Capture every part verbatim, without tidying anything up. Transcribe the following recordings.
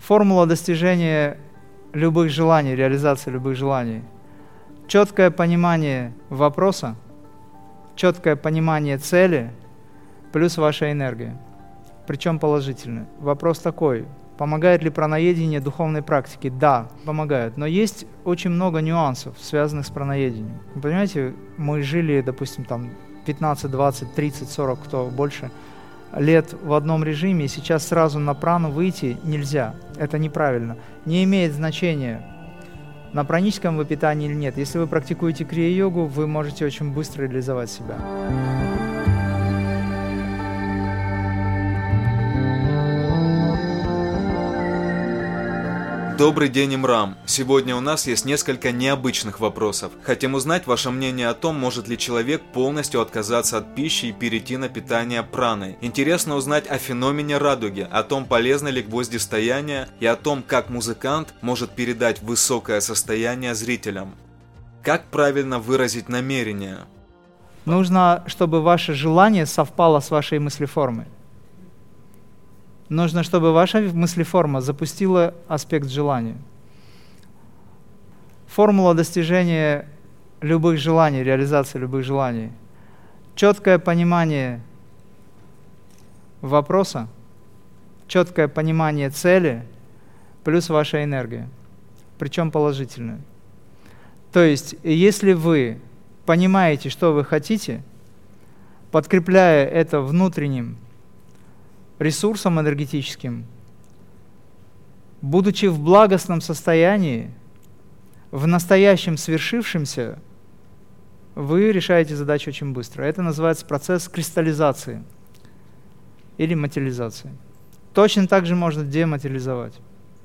Формула достижения любых желаний, реализации любых желаний. Четкое понимание вопроса, четкое понимание цели, плюс ваша энергия. Причем положительная. Вопрос такой, помогает ли праноедение духовной практике? Да, помогает. Но есть очень много нюансов, связанных с праноедением. Вы понимаете, мы жили, допустим, там пятнадцать, двадцать, тридцать, сорок, кто больше, лет в одном режиме, и сейчас сразу на прану выйти нельзя. Это неправильно. Не имеет значения, на праническом вы питании или нет. Если вы практикуете крия-йогу, вы можете очень быстро реализовать себя. Добрый день, Имрам! Сегодня у нас есть несколько необычных вопросов. Хотим узнать ваше мнение о том, может ли человек полностью отказаться от пищи и перейти на питание праной. Интересно узнать о феномене радуги, о том, полезно ли гвоздистояние и о том, как музыкант может передать высокое состояние зрителям. Как правильно выразить намерение? Нужно, чтобы ваше желание совпало с вашей мыслеформой. Нужно, чтобы ваша мыслеформа запустила аспект желания. Формула достижения любых желаний, реализации любых желаний. Четкое понимание вопроса, четкое понимание цели, плюс ваша энергия. Причем положительная. То есть, если вы понимаете, что вы хотите, подкрепляя это внутренним ресурсом энергетическим, будучи в благостном состоянии, в настоящем свершившемся, вы решаете задачу очень быстро. Это называется процесс кристаллизации или материализации. Точно так же можно дематериализовать.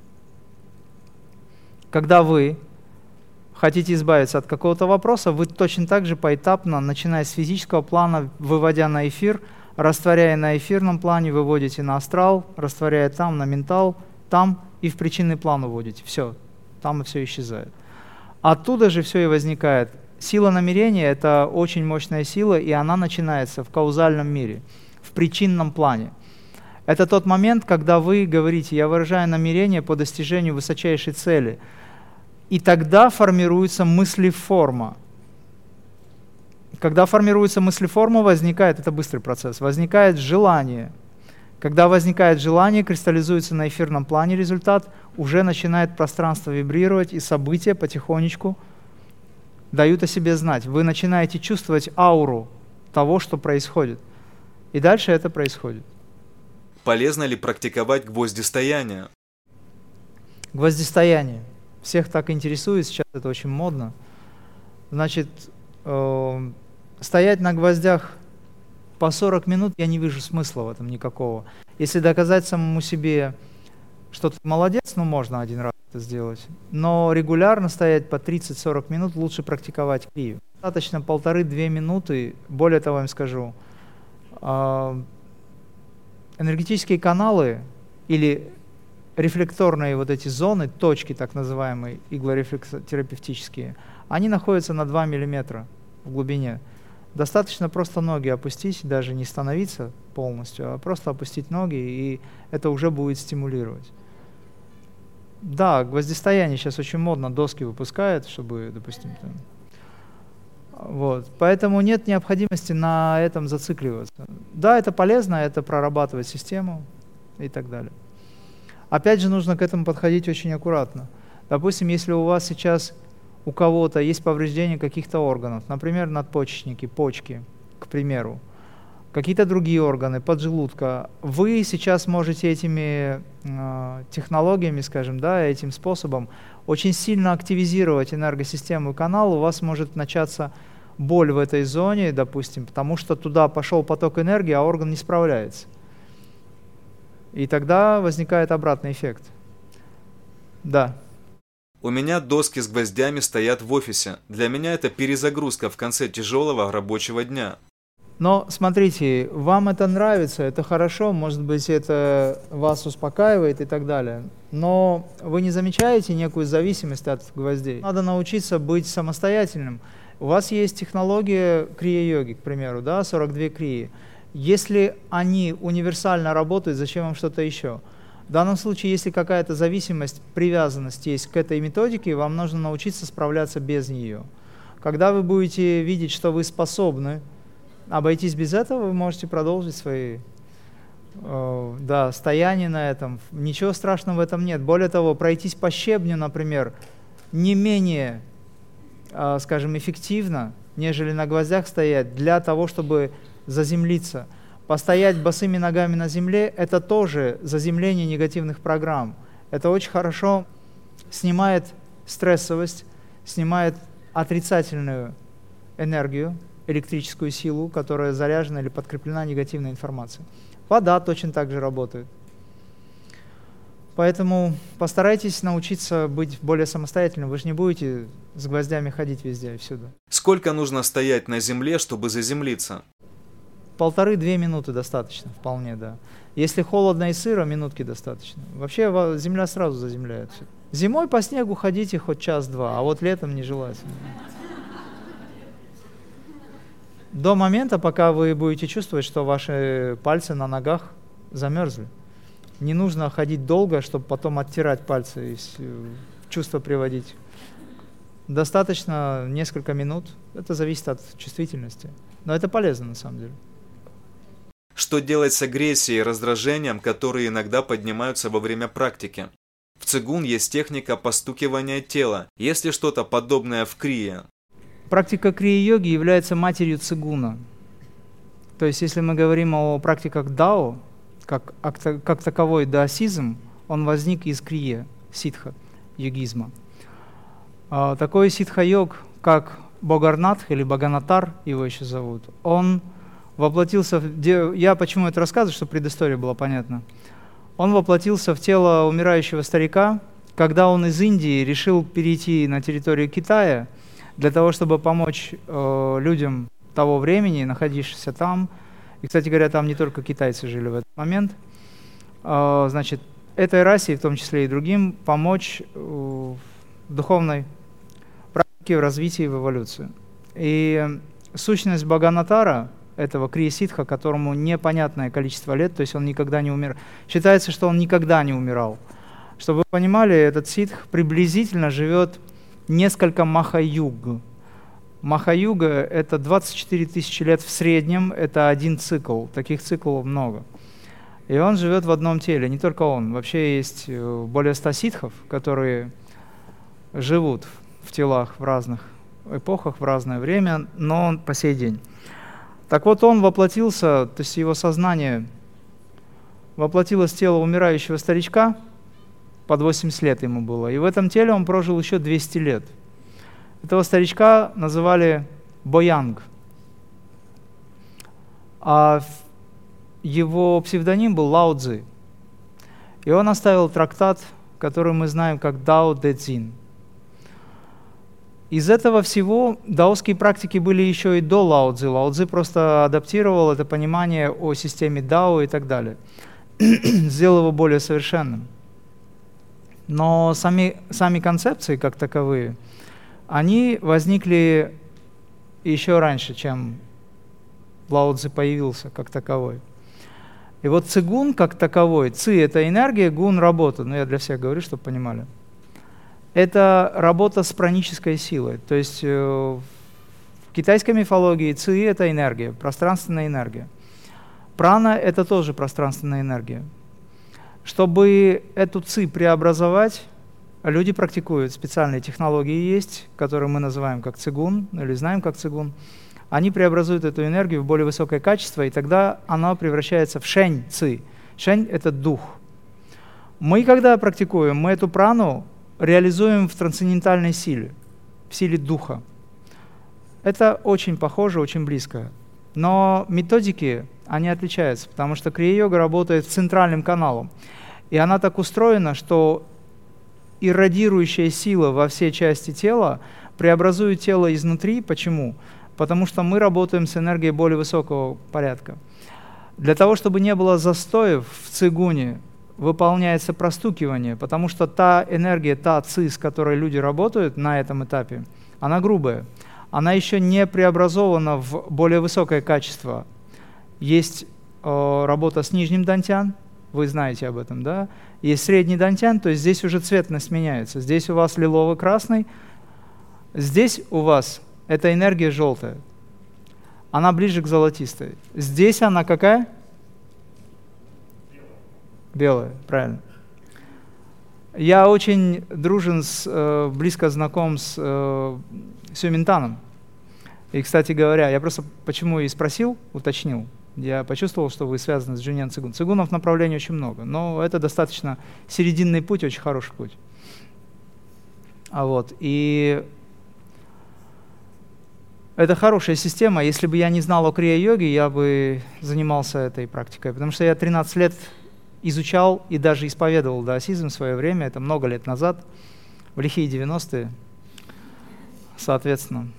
Когда вы хотите избавиться от какого-то вопроса, вы точно так же поэтапно, начиная с физического плана, выводя на эфир, растворяя на эфирном плане, выводите на астрал, растворяя там, на ментал, там и в причинный план уводите. Все, там и все исчезает. Оттуда же все и возникает. Сила намерения – это очень мощная сила, и она начинается в каузальном мире, в причинном плане. Это тот момент, когда вы говорите: «Я выражаю намерение по достижению высочайшей цели». И тогда формируется мыслеформа. Когда формируется мыслеформа, возникает, это быстрый процесс, возникает желание. Когда возникает желание, кристаллизуется на эфирном плане результат, уже начинает пространство вибрировать, и события потихонечку дают о себе знать. Вы начинаете чувствовать ауру того, что происходит. И дальше это происходит. Полезно ли практиковать гвоздистояние? Гвоздистояние. Всех так интересует, сейчас это очень модно. Значит, э стоять на гвоздях по сорок минут, я не вижу смысла в этом никакого. Если доказать самому себе, что ты молодец, ну можно один раз это сделать. Но регулярно стоять по тридцать-сорок минут лучше практиковать крию. Достаточно полторы-две минуты. Более того, я вам скажу, энергетические каналы или рефлекторные вот эти зоны, точки так называемые, иглорефлексотерапевтические, они находятся на два миллиметра в глубине. Достаточно просто ноги опустить, даже не становиться полностью, а просто опустить ноги, и это уже будет стимулировать. Да, гвоздистояние сейчас очень модно, доски выпускают, чтобы, допустим, там, вот. Поэтому нет необходимости на этом зацикливаться. Да, это полезно, это прорабатывать систему и так далее. Опять же, нужно к этому подходить очень аккуратно. Допустим, если у вас сейчас у кого-то есть повреждение каких-то органов, например, надпочечники, почки, к примеру, какие-то другие органы, поджелудка, вы сейчас можете этими э, технологиями, скажем, да, этим способом очень сильно активизировать энергосистему и канал, у вас может начаться боль в этой зоне, допустим, потому что туда пошел поток энергии, а орган не справляется. И тогда возникает обратный эффект. Да. У меня доски с гвоздями стоят в офисе. Для меня это перезагрузка в конце тяжелого рабочего дня. Но смотрите, вам это нравится, это хорошо, может быть, это вас успокаивает и так далее. Но вы не замечаете некую зависимость от гвоздей. Надо научиться быть самостоятельным. У вас есть технология крия-йоги, к примеру, да, сорок две крии. Если они универсально работают, зачем вам что-то еще? В данном случае, если какая-то зависимость, привязанность есть к этой методике, вам нужно научиться справляться без нее. Когда вы будете видеть, что вы способны обойтись без этого, вы можете продолжить свои э, да, стояния на этом. Ничего страшного в этом нет. Более того, пройтись по щебню, например, не менее, э, скажем, эффективно, нежели на гвоздях стоять, для того, чтобы заземлиться. Постоять босыми ногами на земле – это тоже заземление негативных программ. Это очень хорошо снимает стрессовость, снимает отрицательную энергию, электрическую силу, которая заряжена или подкреплена негативной информацией. Вода точно так же работает. Поэтому постарайтесь научиться быть более самостоятельным. Вы же не будете с гвоздями ходить везде и всюду. Сколько нужно стоять на земле, чтобы заземлиться? Полторы-две минуты достаточно, вполне, да. Если холодно и сыро, минутки достаточно. Вообще земля сразу заземляется. Зимой по снегу ходите хоть час-два, а вот летом нежелательно. До момента, пока вы будете чувствовать, что ваши пальцы на ногах замерзли. Не нужно ходить долго, чтобы потом оттирать пальцы и чувство приводить. Достаточно несколько минут. Это зависит от чувствительности. Но это полезно на самом деле. Что делать с агрессией и раздражением, которые иногда поднимаются во время практики? В цигун есть техника постукивания тела. Есть ли что-то подобное в крие? Практика крия-йоги является матерью цигуна. То есть, если мы говорим о практиках дао, как, как таковой даосизм, он возник из крия, ситха, йогизма. Такой ситха-йог, как Богарнатх или Баганатар, его еще зовут, он воплотился в... Я почему это рассказываю, чтобы предыстория была понятна. Он воплотился в тело умирающего старика, когда он из Индии решил перейти на территорию Китая для того, чтобы помочь э, людям того времени, находившимся там. И, кстати говоря, там не только китайцы жили в этот момент. Э, значит, этой расе, в том числе и другим, помочь э, в духовной практике, в развитии, в эволюции. И сущность Баганатара, этого крия-ситха, которому непонятное количество лет, то есть он никогда не умер. Считается, что он никогда не умирал. Чтобы вы понимали, этот ситх приблизительно живет несколько маха-юг. Маха-юга — это двадцать четыре тысячи лет в среднем, это один цикл, таких циклов много. И он живет в одном теле, не только он. Вообще есть более ста ситхов, которые живут в телах в разных эпохах, в разное время, но он по сей день. Так вот, он воплотился, то есть его сознание воплотилось в тело умирающего старичка, под восемьдесят лет ему было, и в этом теле он прожил еще двести лет. Этого старичка называли Боянг, а его псевдоним был Лао Цзи. И он оставил трактат, который мы знаем как Дао Дэ Цзин. Из этого всего даосские практики были еще и до Лао Цзи. Лао Цзи просто адаптировал это понимание о системе дао и так далее. Сделал его более совершенным. Но сами, сами концепции, как таковые, они возникли еще раньше, чем Лао Цзи появился как таковой. И вот цигун как таковой, ци — это энергия, гун — работа. Ну, я для всех говорю, чтобы понимали. Это работа с пранической силой. То есть э, в китайской мифологии ци — это энергия, пространственная энергия. Прана — это тоже пространственная энергия. Чтобы эту ци преобразовать, люди практикуют специальные технологии есть, которые мы называем как цигун, или знаем как цигун. Они преобразуют эту энергию в более высокое качество, и тогда она превращается в шэнь ци. Шэнь — это дух. Мы, когда практикуем, мы эту прану реализуем в трансцендентальной силе, в силе духа. Это очень похоже, очень близко. Но методики, они отличаются, потому что крия-йога работает центральным каналом. И она так устроена, что иррадирующая сила во все части тела преобразует тело изнутри. Почему? Потому что мы работаем с энергией более высокого порядка. Для того, чтобы не было застоев в цигуне, выполняется простукивание, потому что та энергия, та ци, с которой люди работают на этом этапе, она грубая. Она еще не преобразована в более высокое качество. Есть э, работа с нижним дантян, вы знаете об этом, да? Есть средний дантян, то есть здесь уже цветность меняется. Здесь у вас лилово-красный, здесь у вас эта энергия желтая. Она ближе к золотистой. Здесь она какая? Белая, правильно. Я очень дружен, с, э, близко знаком с э, Сюминтаном. И, кстати говоря, я просто почему и спросил, уточнил, я почувствовал, что вы связаны с Джуньян Цигун. Цигунов направлений очень много, но это достаточно серединный путь, очень хороший путь. А вот, и это хорошая система. Если бы я не знал о крия-йоге, я бы занимался этой практикой, потому что я тринадцать лет изучал и даже исповедовал даосизм в свое время, это много лет назад, в лихие девяностые, соответственно.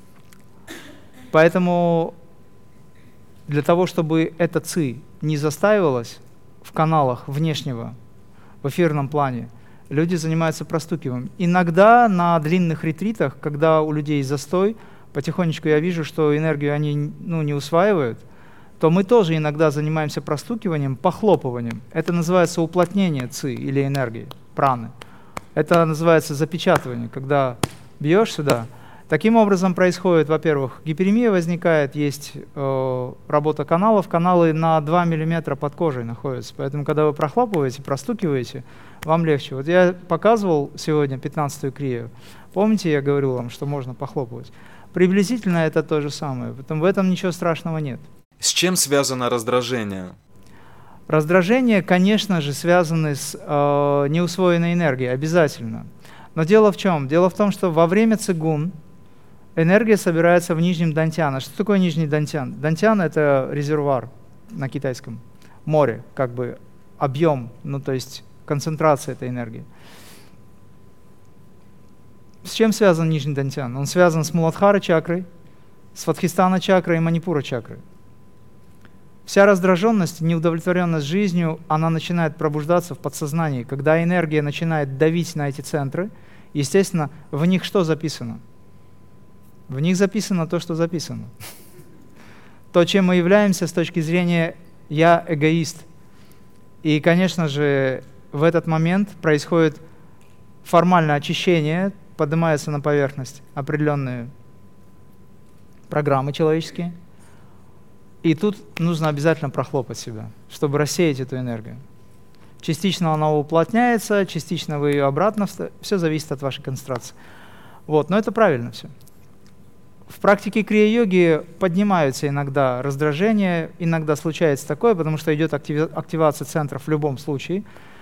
Поэтому для того, чтобы эта ци не застаивалась в каналах внешнего, в эфирном плане, люди занимаются простукиванием. Иногда на длинных ретритах, когда у людей застой, потихонечку я вижу, что энергию они ну, не усваивают, то мы тоже иногда занимаемся простукиванием, похлопыванием. Это называется уплотнение ци или энергии, праны. Это называется запечатывание, когда бьешь сюда. Таким образом происходит, во-первых, гиперемия возникает, есть э, работа каналов, каналы на два миллиметра под кожей находятся, поэтому когда вы прохлопываете, простукиваете, вам легче. Вот я показывал сегодня пятнадцатую крию, помните, я говорил вам, что можно похлопывать? Приблизительно это то же самое, поэтому в этом ничего страшного нет. С чем связано раздражение? Раздражение, конечно же, связано с э, неусвоенной энергией, обязательно. Но дело в чем? Дело в том, что во время цигун энергия собирается в нижнем дантяне. Что такое нижний дантян? Дантян — это резервуар на китайском, море, как бы объем, ну то есть концентрация этой энергии. С чем связан нижний дантян? Он связан с Муладхара чакрой, с Свадхистана чакрой и Манипура чакрой. Вся раздраженность, неудовлетворенность жизнью, она начинает пробуждаться в подсознании. Когда энергия начинает давить на эти центры, естественно, в них что записано? В них записано то, что записано. То, чем мы являемся с точки зрения «я эгоист». И, конечно же, в этот момент происходит формальное очищение, поднимаются на поверхность определенные программы человеческие. И тут нужно обязательно прохлопать себя, чтобы рассеять эту энергию. Частично она уплотняется, частично вы ее обратно, все зависит от вашей концентрации. Вот, но это правильно все. В практике крия-йоги поднимаются иногда раздражения, иногда случается такое, потому что идет активи- активация центров в любом случае,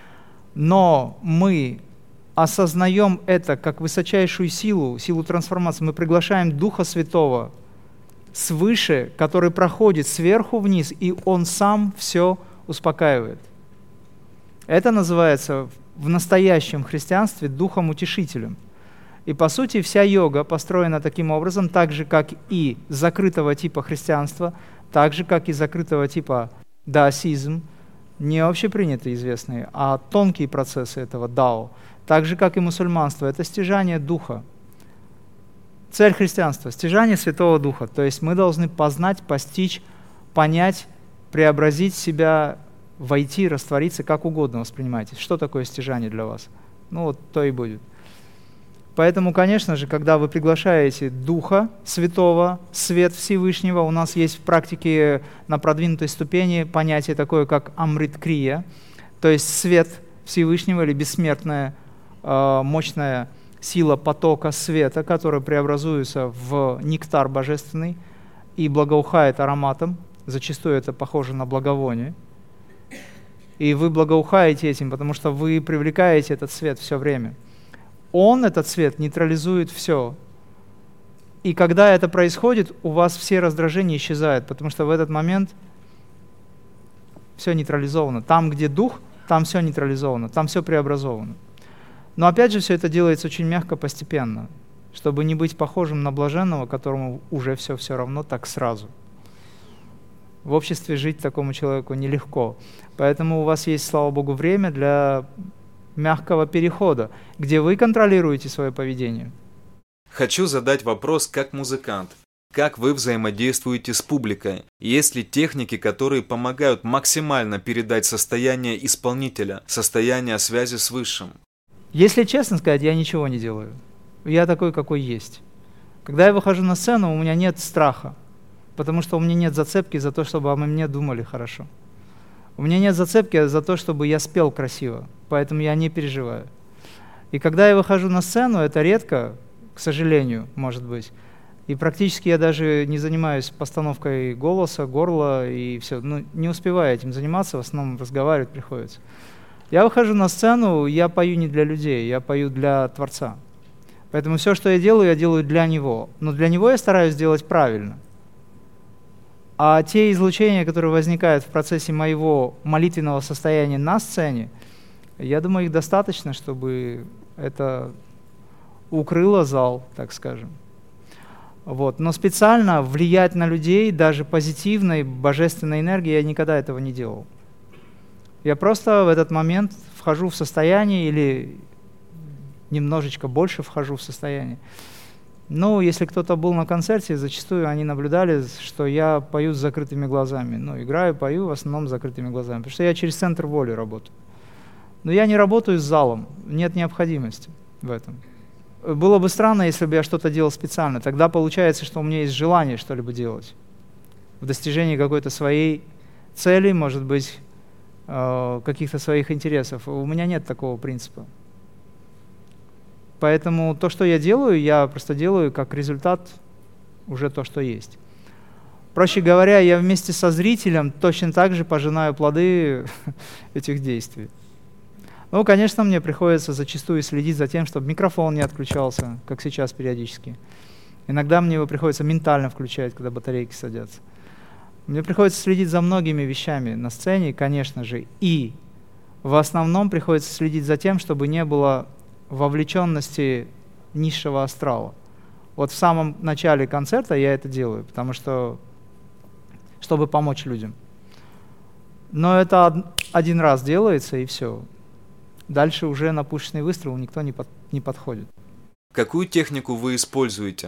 но мы осознаем это как высочайшую силу, силу трансформации. Мы приглашаем Духа Святого свыше, который проходит сверху вниз, и Он сам все успокаивает. Это называется в настоящем христианстве Духом-утешителем. И по сути вся йога построена таким образом, так же как и закрытого типа христианства, так же как и закрытого типа даосизм, не общепринятые известные, а тонкие процессы этого дао, так же как и мусульманство, это стяжание духа. Цель христианства – стяжание Святого Духа, то есть мы должны познать, постичь, понять, преобразить себя, войти, раствориться, как угодно воспринимайте. Что такое стяжание для вас? Ну вот то и будет. Поэтому, конечно же, когда вы приглашаете Духа Святого, Свет Всевышнего, у нас есть в практике на продвинутой ступени понятие такое, как Амрит-крия, то есть свет Всевышнего или бессмертная, э, мощная сила потока света, который преобразуется в нектар божественный и благоухает ароматом, зачастую это похоже на благовоние. И вы благоухаете этим, потому что вы привлекаете этот свет все время. Он, этот свет, нейтрализует все. И когда это происходит, у вас все раздражения исчезают, потому что в этот момент все нейтрализовано. Там, где дух, там все нейтрализовано, там все преобразовано. Но опять же, все это делается очень мягко, постепенно, чтобы не быть похожим на блаженного, которому уже все все равно так сразу. В обществе жить такому человеку нелегко. Поэтому у вас есть, слава Богу, время для мягкого перехода, где вы контролируете свое поведение. Хочу задать вопрос как музыкант. Как вы взаимодействуете с публикой? Есть ли техники, которые помогают максимально передать состояние исполнителя, состояние связи с Высшим? Если честно сказать, я ничего не делаю. Я такой, какой есть. Когда я выхожу на сцену, у меня нет страха, потому что у меня нет зацепки за то, чтобы обо мне думали хорошо. У меня нет зацепки за то, чтобы я спел красиво, поэтому я не переживаю. И когда я выхожу на сцену, это редко, к сожалению, может быть, и практически я даже не занимаюсь постановкой голоса, горла и все, ну, не успеваю этим заниматься, в основном разговаривать приходится. Я выхожу на сцену, я пою не для людей, я пою для Творца. Поэтому все, что я делаю, я делаю для Него. Но для Него я стараюсь делать правильно. А те излучения, которые возникают в процессе моего молитвенного состояния на сцене, я думаю, их достаточно, чтобы это укрыло зал, так скажем. Вот. Но специально влиять на людей, даже позитивной, божественной энергией, я никогда этого не делал. Я просто в этот момент вхожу в состояние или немножечко больше вхожу в состояние. Ну, если кто-то был на концерте, зачастую они наблюдали, что я пою с закрытыми глазами. Ну, играю, пою в основном с закрытыми глазами, потому что я через центр воли работаю. Но я не работаю с залом, нет необходимости в этом. Было бы странно, если бы я что-то делал специально. Тогда получается, что у меня есть желание что-либо делать в достижении какой-то своей цели, может быть, каких-то своих интересов. У меня нет такого принципа. Поэтому то, что я делаю, я просто делаю как результат уже то, что есть. Проще говоря, я вместе со зрителем точно так же пожинаю плоды этих действий. Ну, конечно, мне приходится зачастую следить за тем, чтобы микрофон не отключался, как сейчас периодически. Иногда мне его приходится ментально включать, когда батарейки садятся. Мне приходится следить за многими вещами на сцене, конечно же, и в основном приходится следить за тем, чтобы не было вовлеченности низшего астрала. Вот в самом начале концерта я это делаю, потому что, чтобы помочь людям. Но это один раз делается, и все. Дальше уже на пушечный выстрел никто не, под, не подходит. Какую технику вы используете?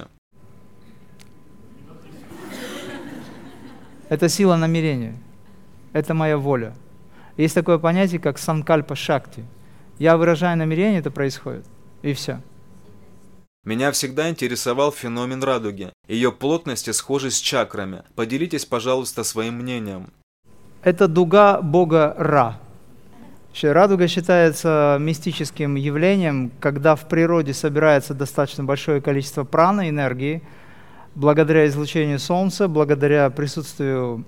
Это сила намерения. Это моя воля. Есть такое понятие, как санкальпа шакти. Я выражаю намерение, это происходит. И все. Меня всегда интересовал феномен радуги. Ее плотность и схожесть с чакрами. Поделитесь, пожалуйста, своим мнением. Это дуга бога Ра. Радуга считается мистическим явлением, когда в природе собирается достаточно большое количество праны, энергии, благодаря излучению Солнца, благодаря присутствию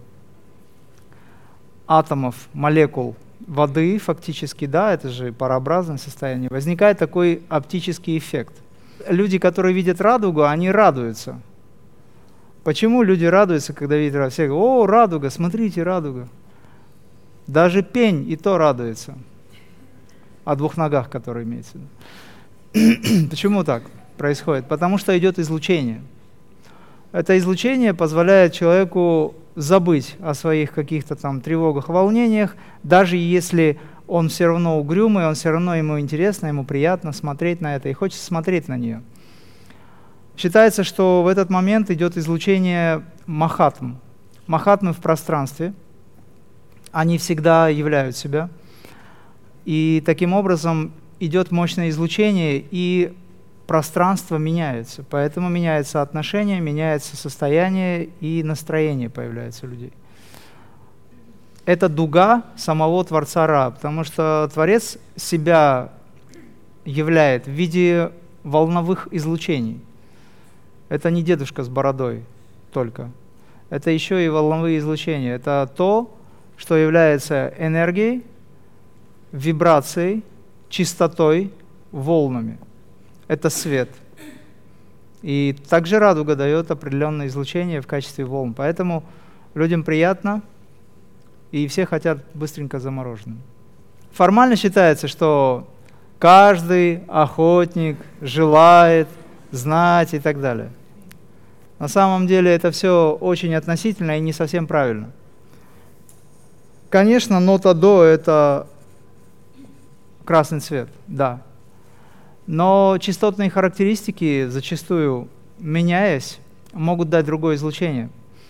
атомов, молекул воды, фактически, да, это же парообразное состояние, возникает такой оптический эффект. Люди, которые видят радугу, они радуются. Почему люди радуются, когда видят радугу? Все говорят: о, радуга, смотрите, радуга. Даже пень и то радуется. О двух ногах, которые имеется в виду. Почему так происходит? Потому что идет излучение. Это излучение позволяет человеку забыть о своих каких-то там тревогах, волнениях, даже если он все равно угрюмый, он все равно ему интересно, ему приятно смотреть на это, и хочется смотреть на нее. Считается, что в этот момент идет излучение махатм. Махатмы в пространстве, они всегда являют себя, и таким образом идет мощное излучение, и пространство меняется, поэтому меняется отношение, меняется состояние, и настроение появляется у людей. Это дуга самого Творца Ра, потому что Творец себя являет в виде волновых излучений. Это не дедушка с бородой только, это еще и волновые излучения. Это то, что является энергией, вибрацией, чистотой, волнами. Это свет. И также радуга дает определенное излучение в качестве волн. Поэтому людям приятно, и все хотят быстренько замороженным. Формально считается, что каждый охотник желает знать и так далее. На самом деле это все очень относительно и не совсем правильно. Конечно, нота до – это красный цвет, да. Но частотные характеристики, зачастую меняясь, могут дать другое излучение.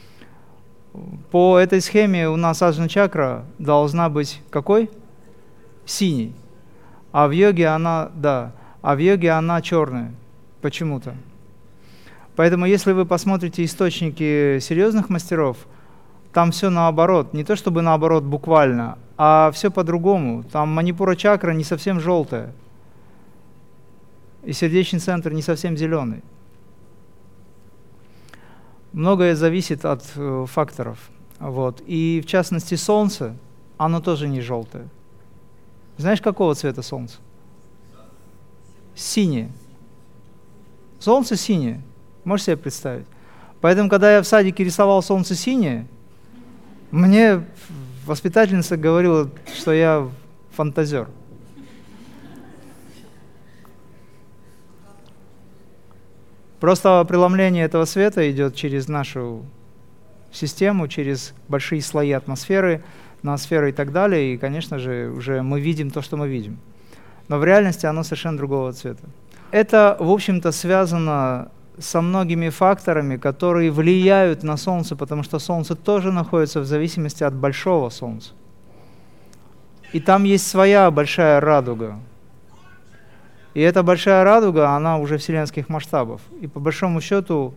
По этой схеме у нас аджна-чакра должна быть какой? Синий. А в йоге она, да, а в йоге она черная почему-то. Поэтому если вы посмотрите источники серьезных мастеров, там все наоборот. Не то чтобы наоборот буквально, а все по-другому. Там манипура-чакра не совсем желтая. И сердечный центр не совсем зеленый. Многое зависит от э, факторов. Вот. И в частности Солнце, оно тоже не желтое. Знаешь, какого цвета Солнце? Синее. Солнце синее. Можешь себе представить? Поэтому, когда я в садике рисовал Солнце синее, мне воспитательница говорила, что я фантазер. Просто преломление этого света идет через нашу систему, через большие слои атмосферы, ноосферы и так далее, и, конечно же, уже мы видим то, что мы видим. Но в реальности оно совершенно другого цвета. Это, в общем-то, связано со многими факторами, которые влияют на Солнце, потому что Солнце тоже находится в зависимости от большого Солнца. И там есть своя большая радуга. И эта большая радуга, она уже вселенских масштабов. И по большому счету,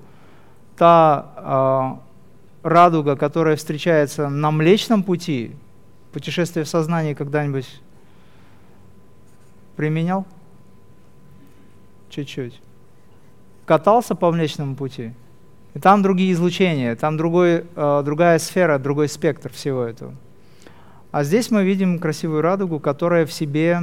та э, радуга, которая встречается на Млечном пути, путешествие в сознании когда-нибудь применял? Чуть-чуть. Катался по Млечному пути? И там другие излучения, там другой, э, другая сфера, другой спектр всего этого. А здесь мы видим красивую радугу, которая в себе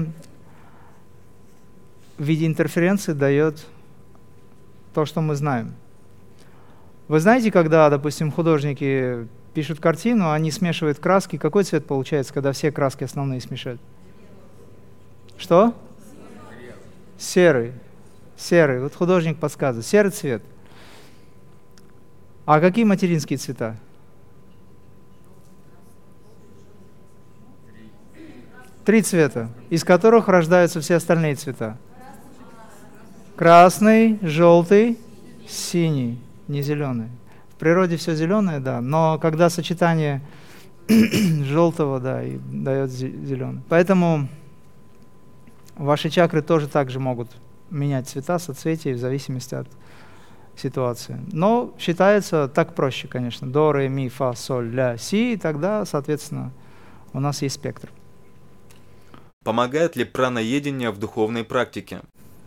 в виде интерференции дает то, что мы знаем. Вы знаете, когда, допустим, художники пишут картину, они смешивают краски, какой цвет получается, когда все краски основные смешают? Что? Серый. Серый. Вот художник подсказывает. Серый цвет. А какие материнские цвета? Три цвета, из которых рождаются все остальные цвета. Красный, желтый, синий, не зеленый. В природе все зеленое, да, но когда сочетание желтого, да, и дает зеленый. Поэтому ваши чакры тоже также могут менять цвета, соцветия в зависимости от ситуации. Но считается так проще, конечно. До, ре, ми, фа, соль, ля, си, и тогда, соответственно, у нас есть спектр. Помогает ли пранаедение в духовной практике?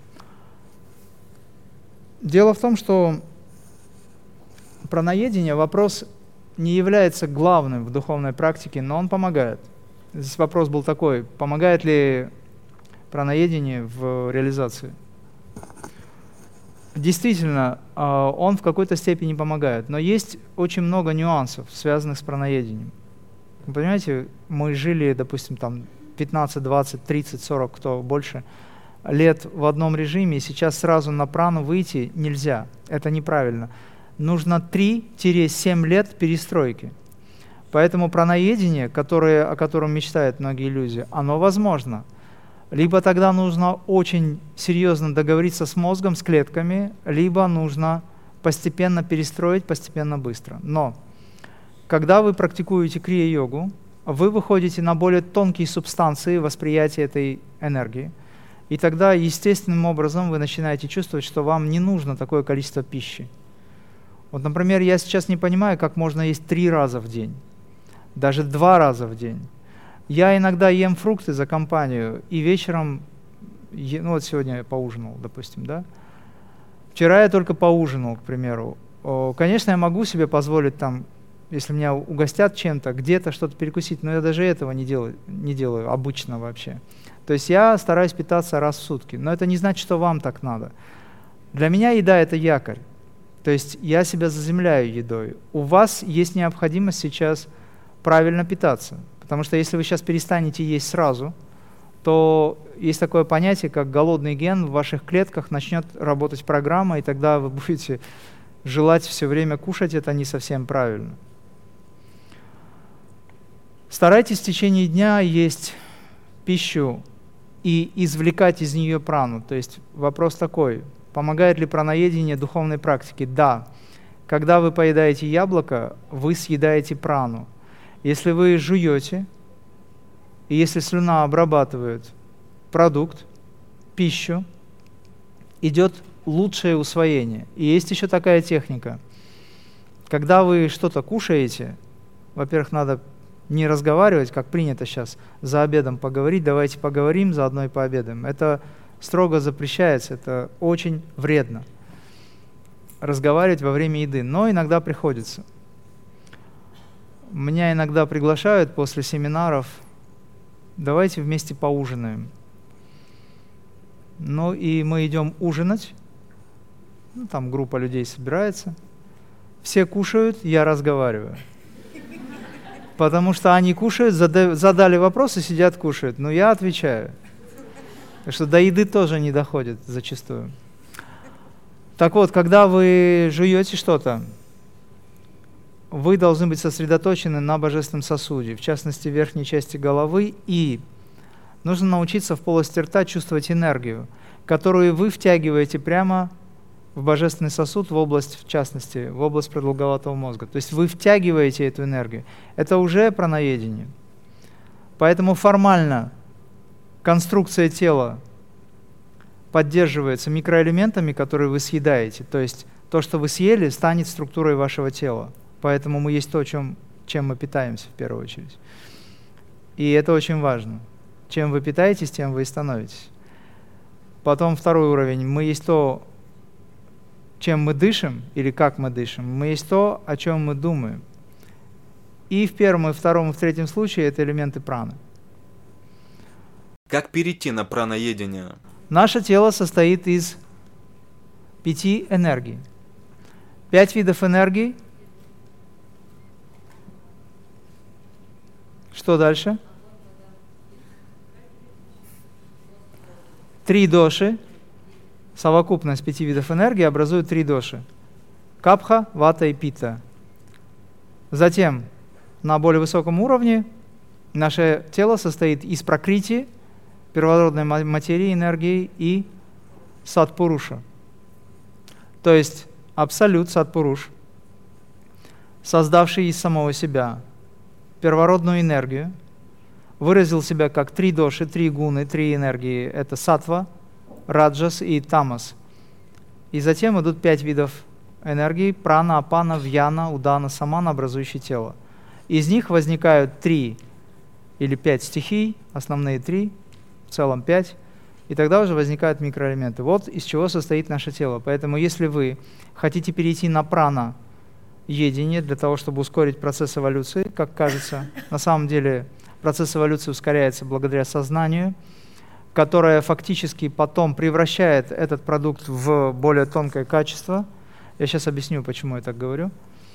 Дело в том, что пранаедение, вопрос не является главным в духовной практике, но он помогает. Здесь вопрос был такой, помогает ли пранаедение в реализации? Действительно, он в какой-то степени помогает, но есть очень много нюансов, связанных с пранаедением. Вы понимаете, мы жили, допустим, там пятнадцать, двадцать, тридцать, сорок, кто больше лет в одном режиме, и сейчас сразу на прану выйти нельзя. Это неправильно. Нужно три-семь лет перестройки. Поэтому пранаедение, которое, о котором мечтают многие люди, оно возможно. Либо тогда нужно очень серьезно договориться с мозгом, с клетками, либо нужно постепенно перестроить, постепенно быстро. Но когда вы практикуете крия-йогу, вы выходите на более тонкие субстанции восприятия этой энергии, и тогда естественным образом вы начинаете чувствовать, что вам не нужно такое количество пищи. Вот, например, я сейчас не понимаю, как можно есть три раза в день, даже два раза в день. Я иногда ем фрукты за компанию, и вечером, ну вот сегодня я поужинал, допустим, да? Вчера я только поужинал, к примеру. Конечно, я могу себе позволить там, если меня угостят чем-то, где-то что-то перекусить, но я даже этого не делаю, не делаю обычно вообще. То есть я стараюсь питаться раз в сутки, но это не значит, что вам так надо. Для меня еда – это якорь. То есть я себя заземляю едой. У вас есть необходимость сейчас правильно питаться, потому что если вы сейчас перестанете есть сразу, то есть такое понятие, как голодный ген, в ваших клетках начнет работать программа, и тогда вы будете желать все время кушать, это не совсем правильно. Старайтесь в течение дня есть пищу и извлекать из нее прану. То есть вопрос такой, помогает ли пранаедение духовной практике? Да. Когда вы поедаете яблоко, вы съедаете прану. Если вы жуете, и если слюна обрабатывает продукт, пищу, идет лучшее усвоение. И есть еще такая техника. Когда вы что-то кушаете, во-первых, надо не разговаривать, как принято сейчас, за обедом поговорить, давайте поговорим, заодно и пообедаем. Это строго запрещается, это очень вредно. Разговаривать во время еды, но иногда приходится. Меня иногда приглашают после семинаров, давайте вместе поужинаем. Ну и мы идем ужинать, ну, там группа людей собирается, все кушают, я разговариваю. Потому что они кушают, задали вопросы, сидят, кушают. Но я отвечаю. Так что до еды тоже не доходит зачастую. Так вот, когда вы жуете что-то, вы должны быть сосредоточены на божественном сосуде, в частности, в верхней части головы, и нужно научиться в полости рта чувствовать энергию, которую вы втягиваете прямо в божественный сосуд, в область, в частности, в область продолговатого мозга. То есть вы втягиваете эту энергию. Это уже праноедение. Поэтому формально конструкция тела поддерживается микроэлементами, которые вы съедаете. То есть то, что вы съели, станет структурой вашего тела. Поэтому мы есть то, чем, чем мы питаемся в первую очередь. И это очень важно. Чем вы питаетесь, тем вы и становитесь. Потом второй уровень. Мы есть то, чем мы дышим или как мы дышим. Мы есть то, о чем мы думаем. И в первом, и втором, и в третьем случае это элементы праны. Как перейти на праноедение? Наше тело состоит из пяти энергий. Пять видов энергий. Что дальше? Три доши. Совокупность пяти видов энергии образует три доши. Капха, вата и питта. Затем, на более высоком уровне, наше тело состоит из пракрити, первородной материи, энергии, и сатпуруша. То есть абсолют сатпуруш, создавший из самого себя первородную энергию, выразил себя как три доши, три гуны, три энергии. Это сатва, раджас и тамас. И затем идут пять видов энергии: прана, апана, вьяна, удана, самана, образующие тело. Из них возникают три или пять стихий, основные три, в целом пять, и тогда уже возникают микроэлементы. Вот из чего состоит наше тело. Поэтому если вы хотите перейти на праноедение для того, чтобы ускорить процесс эволюции, как кажется, на самом деле процесс эволюции ускоряется благодаря сознанию, которое фактически потом превращает этот продукт в более тонкое качество. Я сейчас объясню, почему я так говорю.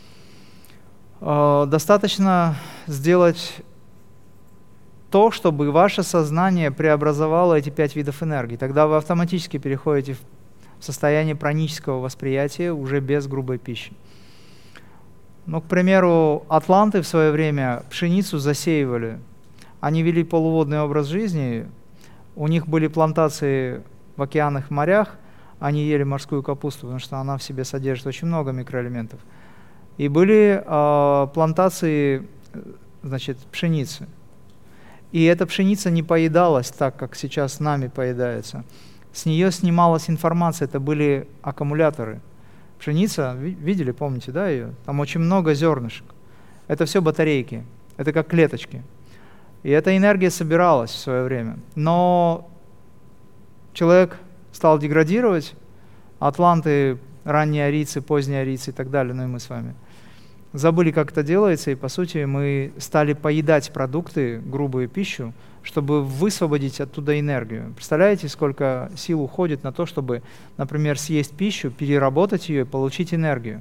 Достаточно сделать то, чтобы ваше сознание преобразовало эти пять видов энергии. Тогда вы автоматически переходите в состояние пранического восприятия уже без грубой пищи. Ну, к примеру, атланты в свое время пшеницу засеивали. Они вели полуводный образ жизни, у них были плантации в океанах, морях, они ели морскую капусту, потому что она в себе содержит очень много микроэлементов. И были э, плантации, значит, пшеницы. И эта пшеница не поедалась так, как сейчас нами поедается. С нее снималась информация, это были аккумуляторы. Пшеница, видели, помните, да, ее? Там очень много зернышек. Это все батарейки, это как клеточки. И эта энергия собиралась в свое время. Но человек стал деградировать, атланты, ранние арийцы, поздние арийцы и так далее, ну и мы с вами, забыли, как это делается, и по сути мы стали поедать продукты, грубую пищу, чтобы высвободить оттуда энергию. Представляете, сколько сил уходит на то, чтобы, например, съесть пищу, переработать ее и получить энергию.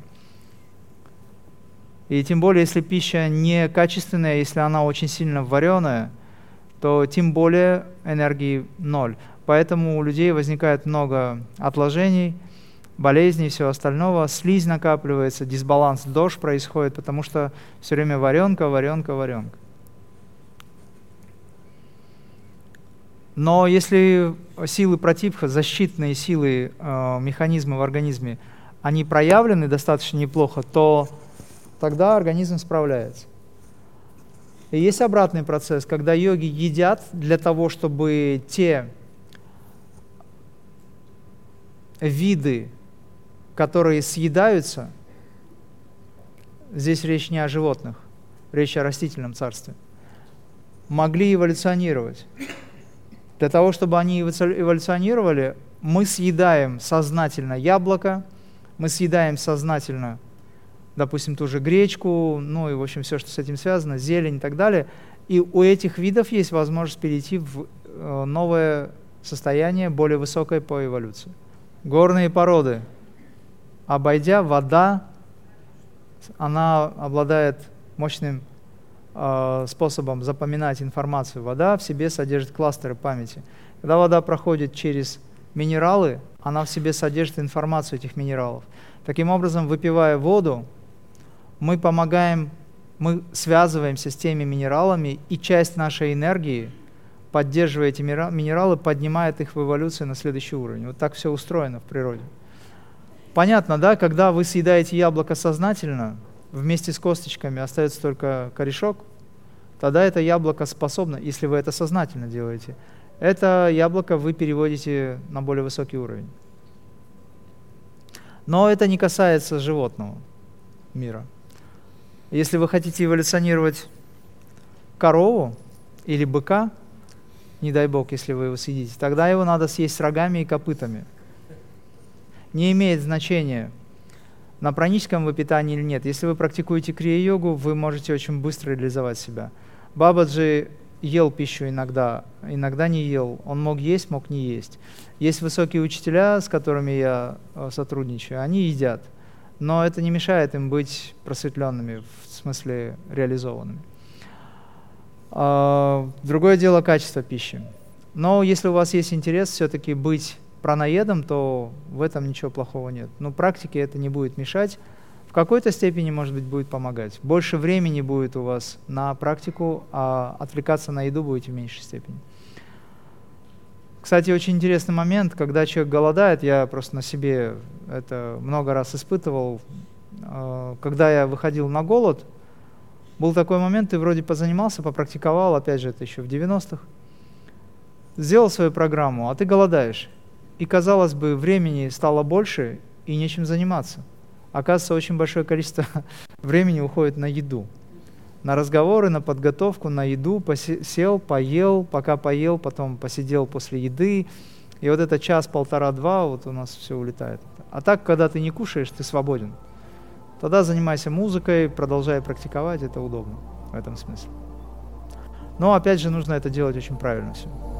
И тем более, если пища не качественная, если она очень сильно вареная, то тем более энергии ноль. Поэтому у людей возникает много отложений, болезней и всего остального. Слизь накапливается, дисбаланс дош происходит, потому что все время варенка, варенка, варенка. Но если силы противха, защитные силы, э, механизмы в организме, они проявлены достаточно неплохо, то тогда организм справляется. И есть обратный процесс, когда йоги едят для того, чтобы те виды, которые съедаются, здесь речь не о животных, речь о растительном царстве, могли эволюционировать. Для того, чтобы они эволюционировали, мы съедаем сознательно яблоко, мы съедаем сознательно, допустим, ту же гречку, ну и, в общем, все, что с этим связано, зелень и так далее. И у этих видов есть возможность перейти в новое состояние, более высокое по эволюции. Горные породы. Обойдя, вода, она обладает мощным э, способом запоминать информацию. Вода в себе содержит кластеры памяти. Когда вода проходит через минералы, она в себе содержит информацию этих минералов. Таким образом, выпивая воду, мы помогаем, мы связываемся с теми минералами, и часть нашей энергии, поддерживая эти минералы, поднимает их в эволюцию на следующий уровень. Вот так все устроено в природе. Понятно, да? Когда вы съедаете яблоко сознательно, вместе с косточками остается только корешок, тогда это яблоко способно, если вы это сознательно делаете, это яблоко вы переводите на более высокий уровень. Но это не касается животного мира. Если вы хотите эволюционировать корову или быка, не дай бог, если вы его съедите, тогда его надо съесть с рогами и копытами. Не имеет значения, на праническом вы питании или нет. Если вы практикуете крия-йогу, вы можете очень быстро реализовать себя. Бабаджи ел пищу иногда, иногда не ел. Он мог есть, мог не есть. Есть высокие учителя, с которыми я сотрудничаю, они едят. Но это не мешает им быть просветленными, в смысле реализованными. Другое дело качество пищи. Но если у вас есть интерес все-таки быть пранаедом, то в этом ничего плохого нет. Но практике это не будет мешать. В какой-то степени, может быть, будет помогать. Больше времени будет у вас на практику, а отвлекаться на еду будете в меньшей степени. Кстати, очень интересный момент, когда человек голодает, я просто на себе это много раз испытывал. Когда я выходил на голод, был такой момент, ты вроде позанимался, попрактиковал, опять же, это еще в девяностых, сделал свою программу, а ты голодаешь. И, казалось бы, времени стало больше, и нечем заниматься. Оказывается, очень большое количество времени уходит на еду. На разговоры, на подготовку, на еду, сел, поел, пока поел, потом посидел после еды. И вот это час, полтора-два, вот у нас все улетает. А так, когда ты не кушаешь, ты свободен. Тогда занимайся музыкой, продолжай практиковать, это удобно в этом смысле. Но опять же, нужно это делать очень правильно все.